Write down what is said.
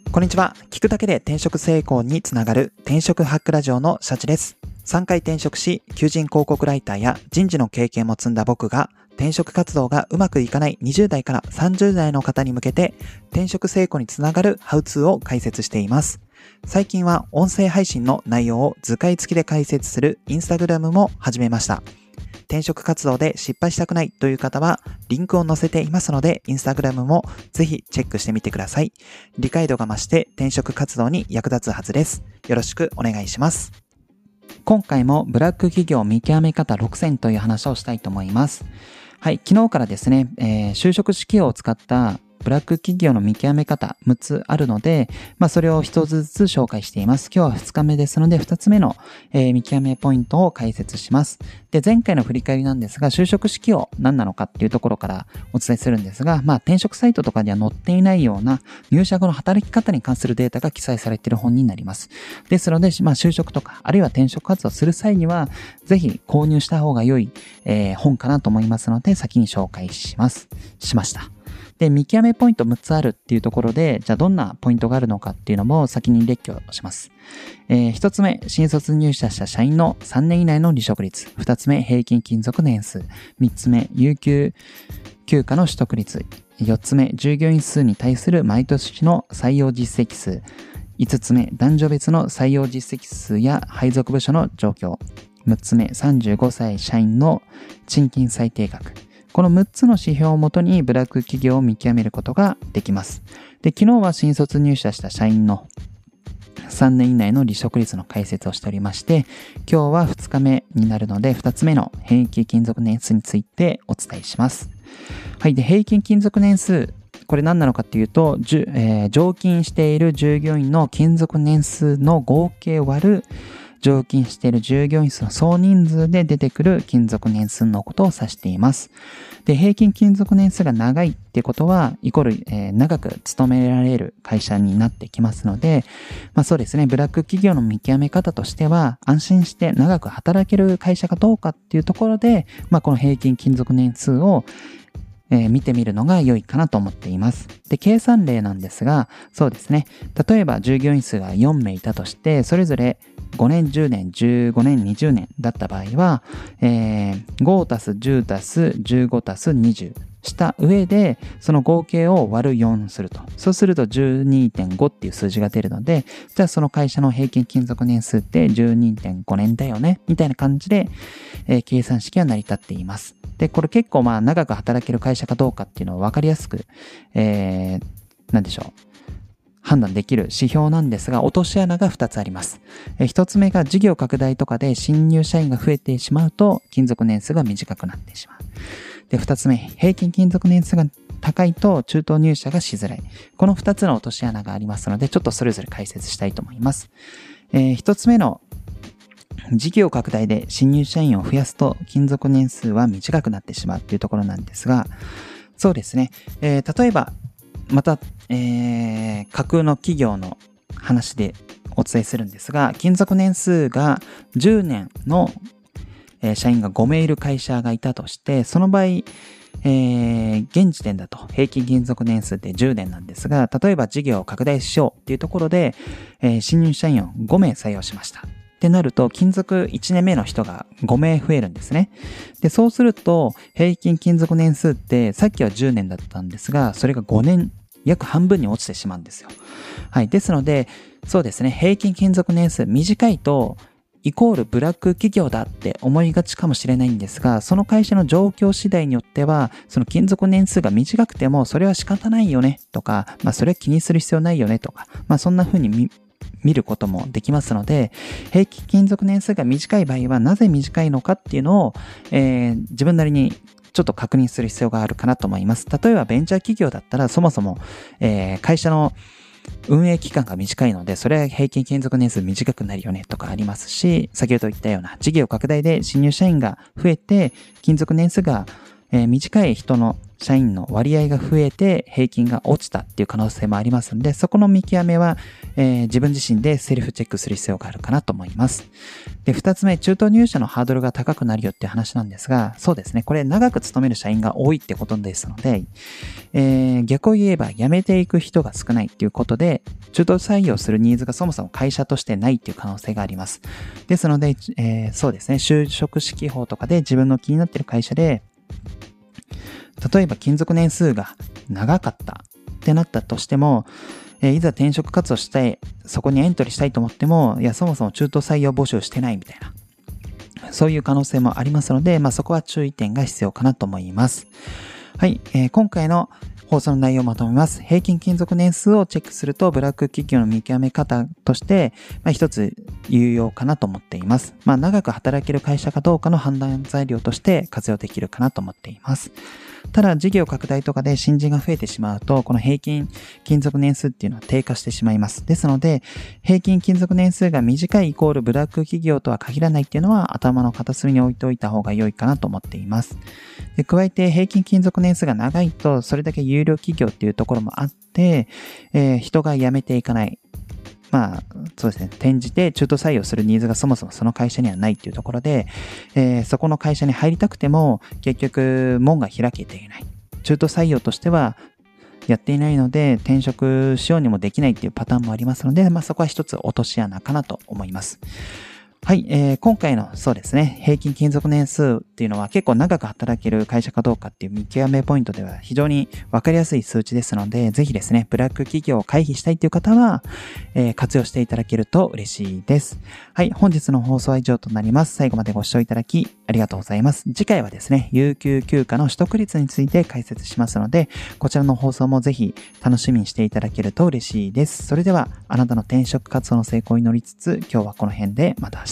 こんにちは。聞くだけで転職成功につながる転職ハックラジオのシャチです。3回転職し、求人広告ライターや人事の経験も積んだ僕が、転職活動がうまくいかない20代から30代の方に向けて、転職成功につながるハウツーを解説しています。最近は音声配信の内容を図解付きで解説するインスタグラムも始めました。転職活動で失敗したくないという方はリンクを載せていますので、インスタグラムもぜひチェックしてみてください。理解度が増して転職活動に役立つはずです。よろしくお願いします。今回もブラック企業見極め方6選という話をしたいと思います。はい、昨日からですね、就職指標を使ったブラック企業の見極め方6つあるので、それを1つずつ紹介しています。今日は2日目ですので、2つ目の、見極めポイントを解説します。で、前回の振り返りなんですが、就職指標何なのかっていうところからお伝えするんですが、転職サイトとかには載っていないような入社後の働き方に関するデータが記載されている本になります。ですので、就職とか、あるいは転職活動する際には、ぜひ購入した方が良い、本かなと思いますので、先に紹介しました。で、見極めポイント6つあるっていうところで、じゃあどんなポイントがあるのかっていうのも先に列挙します。1つ目、新卒入社した社員の3年以内の離職率。2つ目、平均勤続年数。3つ目、有給休暇の取得率。4つ目、従業員数に対する毎年の採用実績数。5つ目、男女別の採用実績数や配属部署の状況。6つ目、35歳社員の賃金最低額。この6つの指標をもとにブラック企業を見極めることができます。で、昨日は新卒入社した社員の3年以内の離職率の解説をしておりまして、今日は2日目になるので2つ目の平均勤続年数についてお伝えします。はい。で、平均勤続年数、これ何なのかっていうと、常勤している従業員の勤続年数の合計割る常勤している従業員数の総人数で出てくる勤続年数のことを指しています。で、平均勤続年数が長いってことは、イコール、長く勤められる会社になってきますので、そうですね、ブラック企業の見極め方としては、安心して長く働ける会社かどうかっていうところで、この平均勤続年数を見てみるのが良いかなと思っています。で、計算例なんですが、そうですね。例えば従業員数が4名いたとして、それぞれ5年、10年、15年、20年だった場合は、5足す10足す15足す20した上で、その合計を割る4すると。そうすると 12.5 っていう数字が出るので、じゃあその会社の平均勤続年数って 12.5 年だよね、みたいな感じで、計算式は成り立っています。で、これ結構長く働ける会社かどうかっていうのを分かりやすく、判断できる指標なんですが、落とし穴が2つあります。1つ目が事業拡大とかで新入社員が増えてしまうと、勤続年数が短くなってしまう。で、2つ目、平均勤続年数が高いと中途入社がしづらい。この2つの落とし穴がありますので、ちょっとそれぞれ解説したいと思います。1つ目の事業拡大で新入社員を増やすと勤続年数は短くなってしまうというところなんですが、そうですね。例えば、また、架空の企業の話でお伝えするんですが、勤続年数が10年の社員が5名いる会社がいたとして、その場合、現時点だと平均勤続年数って10年なんですが、例えば事業を拡大しようっていうところで、新入社員を5名採用しました。ってなると、勤続1年目の人が5名増えるんですね。で、そうすると、平均勤続年数って、さっきは10年だったんですが、それが5年、約半分に落ちてしまうんですよ。はい。ですので、そうですね、平均勤続年数短いと、イコールブラック企業だって思いがちかもしれないんですが、その会社の状況次第によっては、その勤続年数が短くても、それは仕方ないよねとか、それは気にする必要ないよねとか、そんな風に見ることもできますので、平均勤続年数が短い場合はなぜ短いのかっていうのを、自分なりにちょっと確認する必要があるかなと思います。例えばベンチャー企業だったらそもそも、会社の運営期間が短いので、それは平均勤続年数短くなるよねとかありますし、先ほど言ったような事業拡大で新入社員が増えて勤続年数が短い人の社員の割合が増えて平均が落ちたっていう可能性もありますので、そこの見極めは、自分自身でセルフチェックする必要があるかなと思います。で、2つ目、中途入社のハードルが高くなるよっていう話なんですが、そうですね、これ長く勤める社員が多いってことですので、逆を言えば辞めていく人が少ないっていうことで、中途採用するニーズがそもそも会社としてないっていう可能性があります。ですので、そうですね、就職指揮法とかで自分の気になっている会社で、例えば勤続年数が長かったってなったとしても、いざ転職活動したい、そこにエントリーしたいと思っても、いや、そもそも中途採用募集してないみたいな、そういう可能性もありますので、そこは注意点が必要かなと思います。はい、今回の放送の内容をまとめます。平均勤続年数をチェックすると、ブラック企業の見極め方として、一つ有用かなと思っています。長く働ける会社かどうかの判断材料として活用できるかなと思っています。ただ、事業拡大とかで新人が増えてしまうと、この平均勤続年数っていうのは低下してしまいます。ですので、平均勤続年数が短いイコールブラック企業とは限らないっていうのは頭の片隅に置いておいた方が良いかなと思っています。で、加えて平均勤続年数が長いと、それだけ有料企業っていうところもあって、人が辞めていかない。そうですね。転じて中途採用するニーズがそもそもその会社にはないっていうところで、そこの会社に入りたくても結局門が開けていない。中途採用としてはやっていないので転職しようにもできないっていうパターンもありますので、そこは一つ落とし穴かなと思います。はい、今回のそうですね、平均勤続年数っていうのは結構長く働ける会社かどうかっていう見極めポイントでは非常に分かりやすい数値ですので、ぜひですね、ブラック企業を回避したいという方は、活用していただけると嬉しいです。はい、本日の放送は以上となります。最後までご視聴いただきありがとうございます。次回はですね、有給休暇の取得率について解説しますので、こちらの放送もぜひ楽しみにしていただけると嬉しいです。それでは、あなたの転職活動の成功を祈りつつ、今日はこの辺でまた明日。